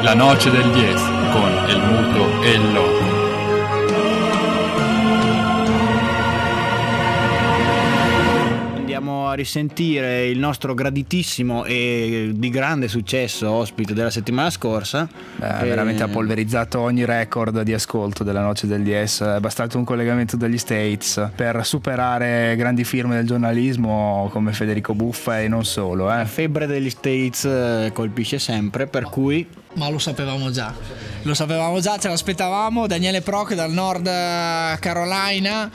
La noce del 10 con El Muto e il Loco. Andiamo a risentire il nostro graditissimo e di grande successo ospite della settimana scorsa. Veramente ha polverizzato ogni record di ascolto della noce del DS. È bastato un collegamento dagli States per superare grandi firme del giornalismo come Federico Buffa e non solo. La febbre degli States colpisce sempre, per cui... Ma lo sapevamo già, ce l'aspettavamo. Daniele Proc dal Nord Carolina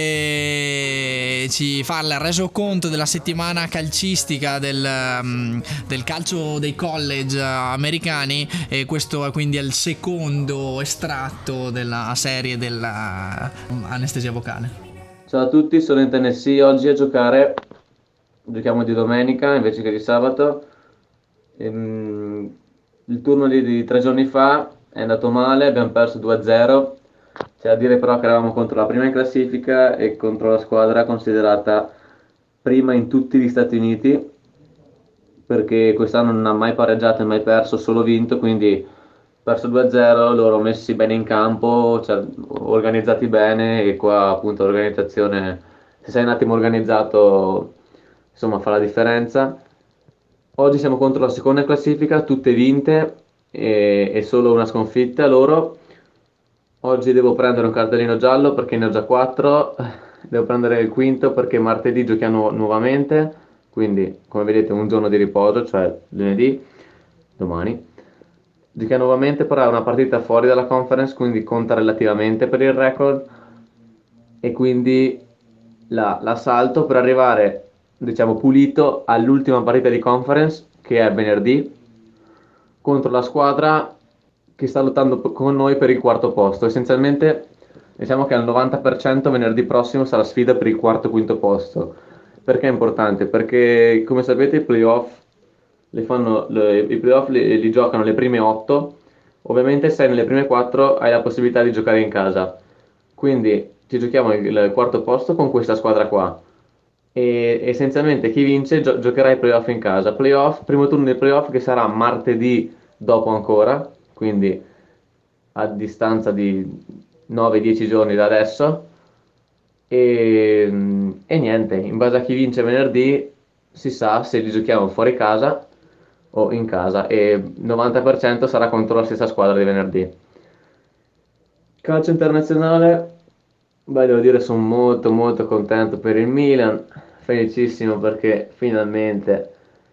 ci fa il resoconto della settimana calcistica del calcio dei college americani, e questo è quindi il secondo estratto della serie dell'anestesia vocale. Ciao a tutti, sono in Tennessee oggi a giocare. Giochiamo di domenica invece che di sabato. Il turno di 3 giorni fa è andato male, abbiamo perso 2-0. C'è da dire però che eravamo contro la prima in classifica e contro la squadra considerata prima in tutti gli Stati Uniti, perché quest'anno non ha mai pareggiato e mai perso, solo vinto, quindi perso 2-0, loro messi bene in campo, cioè, organizzati bene, e qua appunto l'organizzazione, se sei un attimo organizzato, insomma fa la differenza. Oggi siamo contro la seconda in classifica, tutte vinte e solo una sconfitta loro. Oggi devo prendere un cartellino giallo perché ne ho già 4, devo prendere il quinto perché martedì giochiamo nuovamente, quindi come vedete un giorno di riposo, cioè lunedì, domani. Giochiamo nuovamente, però è una partita fuori dalla conference, quindi conta relativamente per il record, e quindi la salto per arrivare, diciamo, pulito all'ultima partita di conference, che è venerdì, contro la squadra che sta lottando con noi per il quarto posto. Essenzialmente diciamo che al 90% venerdì prossimo sarà sfida per il quarto-quinto posto. Perché è importante? Perché come sapete i playoff li giocano le prime 8. Ovviamente se sei nelle prime 4 hai la possibilità di giocare in casa, quindi ci giochiamo il quarto posto con questa squadra qua, e essenzialmente chi vince giocherà i playoff in casa. Primo turno dei playoff che sarà martedì dopo ancora, quindi a distanza di 9-10 giorni da adesso, e niente, in base a chi vince venerdì si sa se li giochiamo fuori casa o in casa, e 90% sarà contro la stessa squadra di venerdì. Calcio internazionale, beh, devo dire sono molto molto contento per il Milan, felicissimo perché finalmente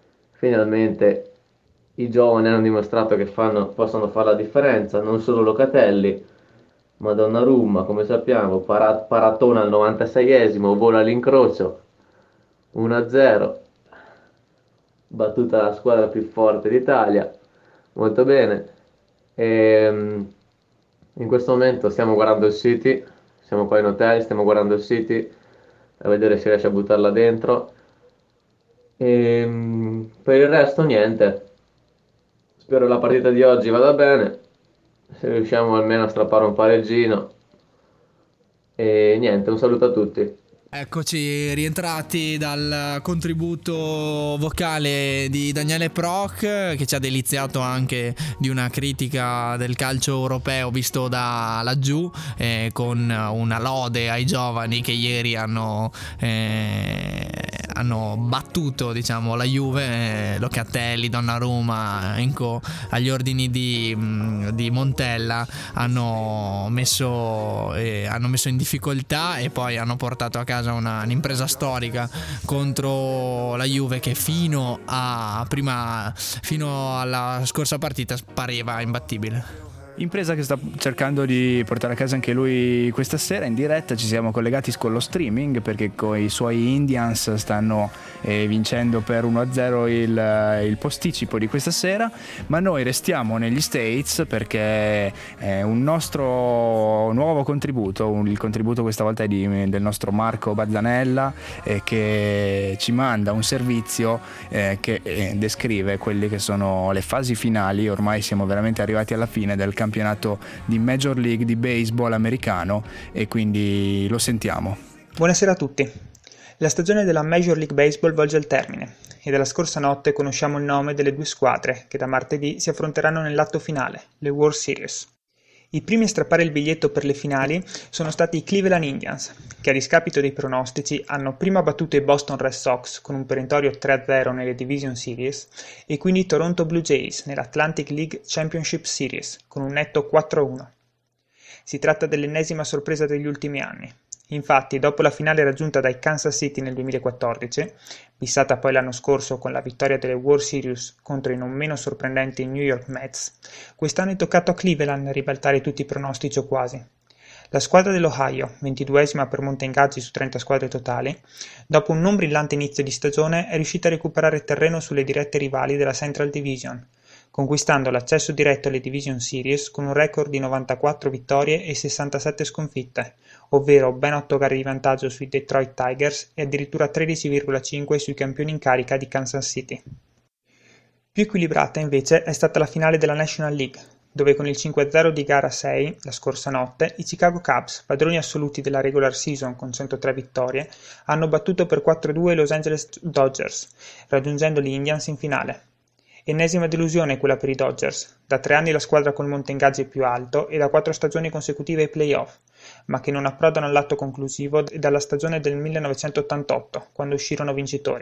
i giovani hanno dimostrato che possono fare la differenza, non solo Locatelli, ma Donnarumma, come sappiamo, paratona al 96esimo, vola all'incrocio, 1-0, battuta la squadra più forte d'Italia, molto bene. In questo momento stiamo guardando il City, siamo qua in hotel, stiamo guardando il City a vedere se riesce a buttarla dentro. Per il resto niente, spero la partita di oggi vada bene, se riusciamo almeno a strappare un pareggino, e niente, un saluto a tutti. Eccoci rientrati dal contributo vocale di Daniele Proc, che ci ha deliziato anche di una critica del calcio europeo visto da laggiù, con una lode ai giovani che ieri hanno battuto, diciamo, la Juve. Locatelli, Donnarumma, Enco agli ordini di Montella hanno messo in difficoltà e poi hanno portato a casa un'impresa storica contro la Juve, che fino alla scorsa partita pareva imbattibile. Impresa che sta cercando di portare a casa anche lui questa sera in diretta. Ci siamo collegati con lo streaming perché con i suoi Indians stanno vincendo per 1-0 il posticipo di questa sera, ma noi restiamo negli States perché un nostro nuovo contributo, il contributo questa volta è del nostro Marco Bazzanella, che ci manda un servizio che descrive quelle che sono le fasi finali. Ormai siamo veramente arrivati alla fine del campionato di Major League di baseball americano, e quindi lo sentiamo. Buonasera a tutti. La stagione della Major League Baseball volge al termine. e dalla scorsa notte conosciamo il nome delle due squadre che da martedì si affronteranno nell'atto finale, le World Series. I primi a strappare il biglietto per le finali sono stati i Cleveland Indians, che a discapito dei pronostici hanno prima battuto i Boston Red Sox con un perentorio 3-0 nelle Division Series e quindi i Toronto Blue Jays nell'Atlantic League Championship Series con un netto 4-1. Si tratta dell'ennesima sorpresa degli ultimi anni. Infatti, dopo la finale raggiunta dai Kansas City nel 2014, bissata poi l'anno scorso con la vittoria delle World Series contro i non meno sorprendenti New York Mets, quest'anno è toccato a Cleveland ribaltare tutti i pronostici o quasi. La squadra dell'Ohio, 22esima per monte ingaggi su 30 squadre totali, dopo un non brillante inizio di stagione è riuscita a recuperare terreno sulle dirette rivali della Central Division, conquistando l'accesso diretto alle Division Series con un record di 94 vittorie e 67 sconfitte, ovvero ben 8 gare di vantaggio sui Detroit Tigers e addirittura 13,5 sui campioni in carica di Kansas City. Più equilibrata invece è stata la finale della National League, dove con il 5-0 di gara 6 la scorsa notte i Chicago Cubs, padroni assoluti della regular season con 103 vittorie, hanno battuto per 4-2 i Los Angeles Dodgers, raggiungendo gli Indians in finale. Ennesima delusione quella per i Dodgers, da 3 anni la squadra col monte ingaggi più alto e da 4 stagioni consecutive ai playoff, ma che non approdano all'atto conclusivo dalla stagione del 1988, quando uscirono vincitori.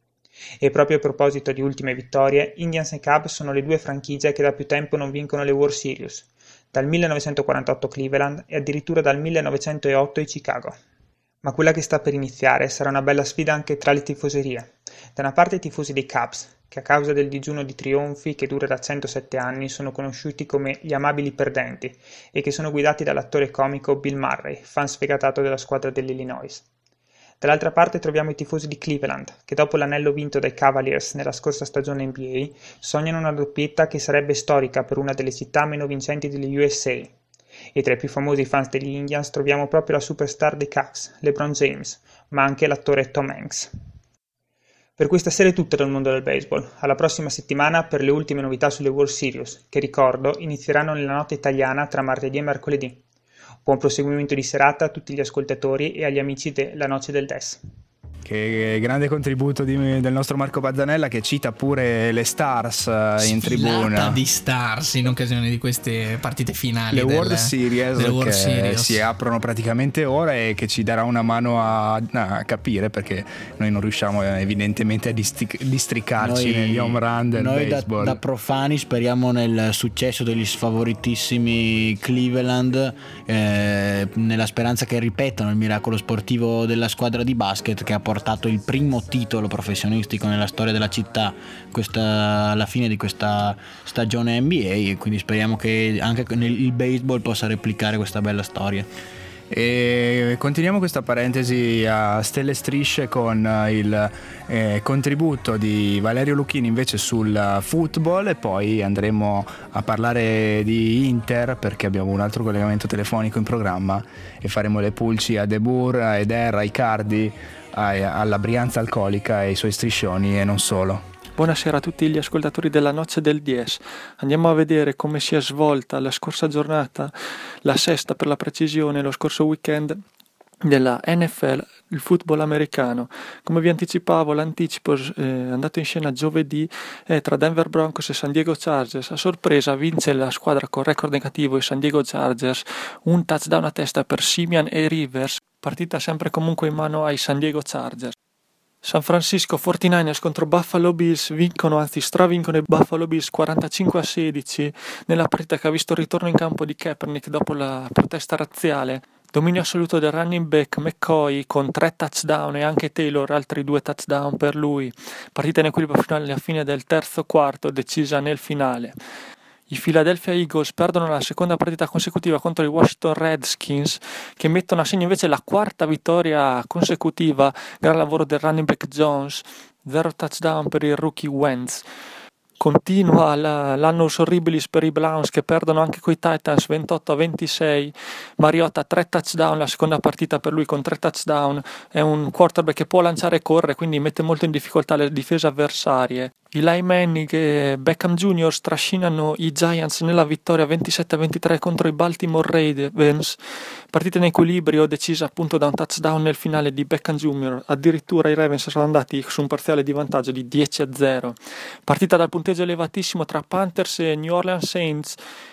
E proprio a proposito di ultime vittorie, Indians e Cubs sono le due franchigie che da più tempo non vincono le World Series, dal 1948 Cleveland e addirittura dal 1908 i Chicago. Ma quella che sta per iniziare sarà una bella sfida anche tra le tifoserie. Da una parte i tifosi dei Cubs, che a causa del digiuno di trionfi che dura da 107 anni sono conosciuti come gli amabili perdenti e che sono guidati dall'attore comico Bill Murray, fan sfegatato della squadra dell'Illinois. Dall'altra parte troviamo i tifosi di Cleveland, che dopo l'anello vinto dai Cavaliers nella scorsa stagione NBA, sognano una doppietta che sarebbe storica per una delle città meno vincenti degli USA. E tra i più famosi fans degli Indians troviamo proprio la superstar dei Cavs, LeBron James, ma anche l'attore Tom Hanks. Per questa sera è tutto dal mondo del baseball. Alla prossima settimana per le ultime novità sulle World Series, che ricordo inizieranno nella notte italiana tra martedì e mercoledì. Buon proseguimento di serata a tutti gli ascoltatori e agli amici della Noce del Des. Che grande contributo del nostro Marco Bazzanella, che cita pure le Stars in tribuna. Di Stars in occasione di queste partite finali, le World Series World che Series si aprono praticamente ora e che ci darà una mano a capire, perché noi non riusciamo evidentemente a districarci negli home run del baseball. Noi da profani speriamo nel successo degli sfavoritissimi Cleveland, nella speranza che ripetano il miracolo sportivo della squadra di basket che ha portato il primo titolo professionistico nella storia della città alla fine di questa stagione NBA, e quindi speriamo che anche il baseball possa replicare questa bella storia. E continuiamo questa parentesi a stelle e strisce con il contributo di Valerio Lucchini invece sul football, e poi andremo a parlare di Inter perché abbiamo un altro collegamento telefonico in programma e faremo le pulci a De Boer, a Eder, a Icardi, alla Brianza alcolica e ai suoi striscioni e non solo. Buonasera a tutti gli ascoltatori della Noce del Dies. Andiamo a vedere come si è svolta la scorsa giornata, la sesta per la precisione, lo scorso weekend della NFL, il football americano. Come vi anticipavo, l'anticipo è andato in scena giovedì tra Denver Broncos e San Diego Chargers. A sorpresa vince la squadra con record negativo, i San Diego Chargers, un touchdown a testa per Simeon e Rivers, partita sempre comunque in mano ai San Diego Chargers. San Francisco 49ers contro Buffalo Bills stravincono i Buffalo Bills 45-16 nella partita che ha visto il ritorno in campo di Kaepernick dopo la protesta razziale. Dominio assoluto del running back McCoy con 3 touchdown e anche Taylor altri 2 touchdown per lui. Partita in equilibrio fino alla fine del terzo quarto, decisa nel finale. I Philadelphia Eagles perdono la seconda partita consecutiva contro i Washington Redskins, che mettono a segno invece la quarta vittoria consecutiva. Gran lavoro del running back Jones, 0 touchdown per il rookie Wentz. Continua l'annus horribilis per i Browns, che perdono anche coi Titans 28-26. Mariota 3 touchdown, la seconda partita per lui con 3 touchdown. È un quarterback che può lanciare e correre, quindi mette molto in difficoltà le difese avversarie. Eli Manning e Beckham Jr. strascinano i Giants nella vittoria 27-23 contro i Baltimore Ravens, partita in equilibrio decisa appunto da un touchdown nel finale di Beckham Jr. Addirittura i Ravens sono andati su un parziale di vantaggio di 10-0. Partita dal punteggio elevatissimo tra Panthers e New Orleans Saints,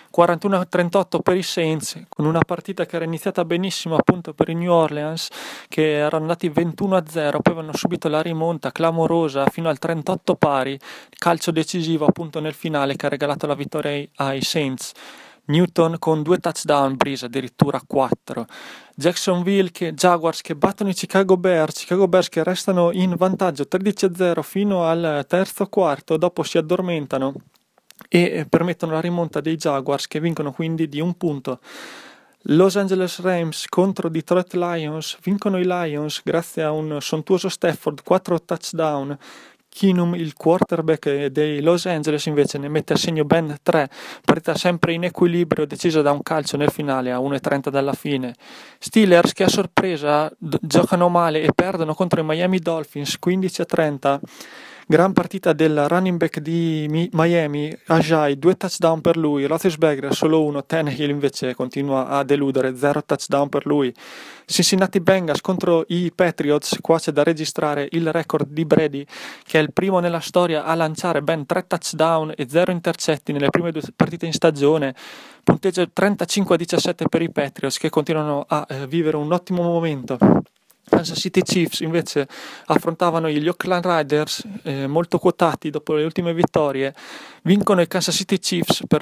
41-38 per i Saints, con una partita che era iniziata benissimo appunto per i New Orleans, che erano andati 21-0, poi avevano subito la rimonta clamorosa fino al 38 pari, calcio decisivo appunto nel finale che ha regalato la vittoria ai Saints. Newton con 2 touchdown, Breeze addirittura 4. Jacksonville Jaguars che battono i Chicago Bears che restano in vantaggio 13-0 fino al terzo quarto, dopo si addormentano e permettono la rimonta dei Jaguars che vincono quindi di 1 punto. Los Angeles Rams contro Detroit Lions, vincono i Lions grazie a un sontuoso Stafford, 4 touchdown. Keenum, il quarterback dei Los Angeles, invece ne mette a segno ben 3, partita sempre in equilibrio decisa da un calcio nel finale a 1:30 dalla fine. Steelers che a sorpresa giocano male e perdono contro i Miami Dolphins 15-30. Gran partita del running back di Miami, Ajay, 2 touchdown per lui, Roethlisberger solo 1, Tannehill invece continua a deludere, 0 touchdown per lui. Cincinnati Bengals contro i Patriots, qua c'è da registrare il record di Brady, che è il primo nella storia a lanciare ben 3 touchdown e 0 intercetti nelle prime 2 partite in stagione. Punteggio 35-17 per i Patriots che continuano a vivere un ottimo momento. Kansas City Chiefs invece affrontavano gli Oakland Raiders, molto quotati dopo le ultime vittorie, vincono i Kansas City Chiefs per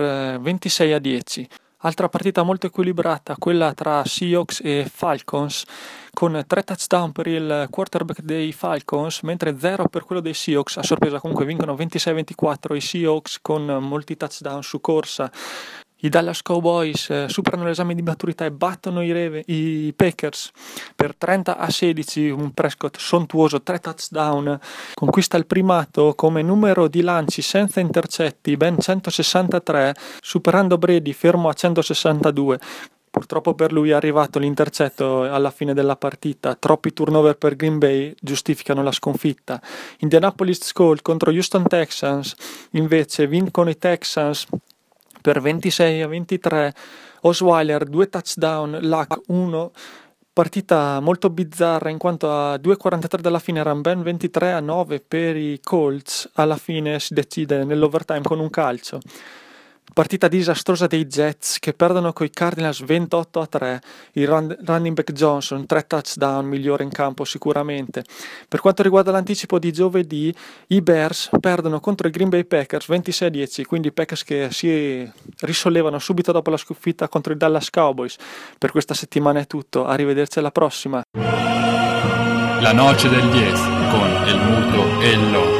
26-10. Altra partita molto equilibrata, quella tra Seahawks e Falcons, con 3 touchdown per il quarterback dei Falcons, mentre 0 per quello dei Seahawks. A sorpresa comunque vincono 26-24 i Seahawks con molti touchdown su corsa. I Dallas Cowboys superano l'esame di maturità e battono i Packers per 30-16, un Prescott sontuoso, 3 touchdown, conquista il primato come numero di lanci senza intercetti, ben 163, superando Brady fermo a 162. Purtroppo per lui è arrivato l'intercetto alla fine della partita, troppi turnover per Green Bay giustificano la sconfitta. Indianapolis Colts contro Houston Texans, invece vincono i Texans per 26-23, Osweiler 2 touchdown, Luck 1, partita molto bizzarra in quanto a 2:43 dalla fine erano ben 23-9 per i Colts, alla fine si decide nell'overtime con un calcio. Partita disastrosa dei Jets che perdono coi Cardinals 28-3, il running back Johnson 3 touchdown, migliore in campo sicuramente. Per quanto riguarda l'anticipo di giovedì, i Bears perdono contro i Green Bay Packers 26-10, quindi i Packers che si risollevano subito dopo la sconfitta contro i Dallas Cowboys. Per questa settimana è tutto, arrivederci alla prossima. La noche del 10 con el muto e el loco.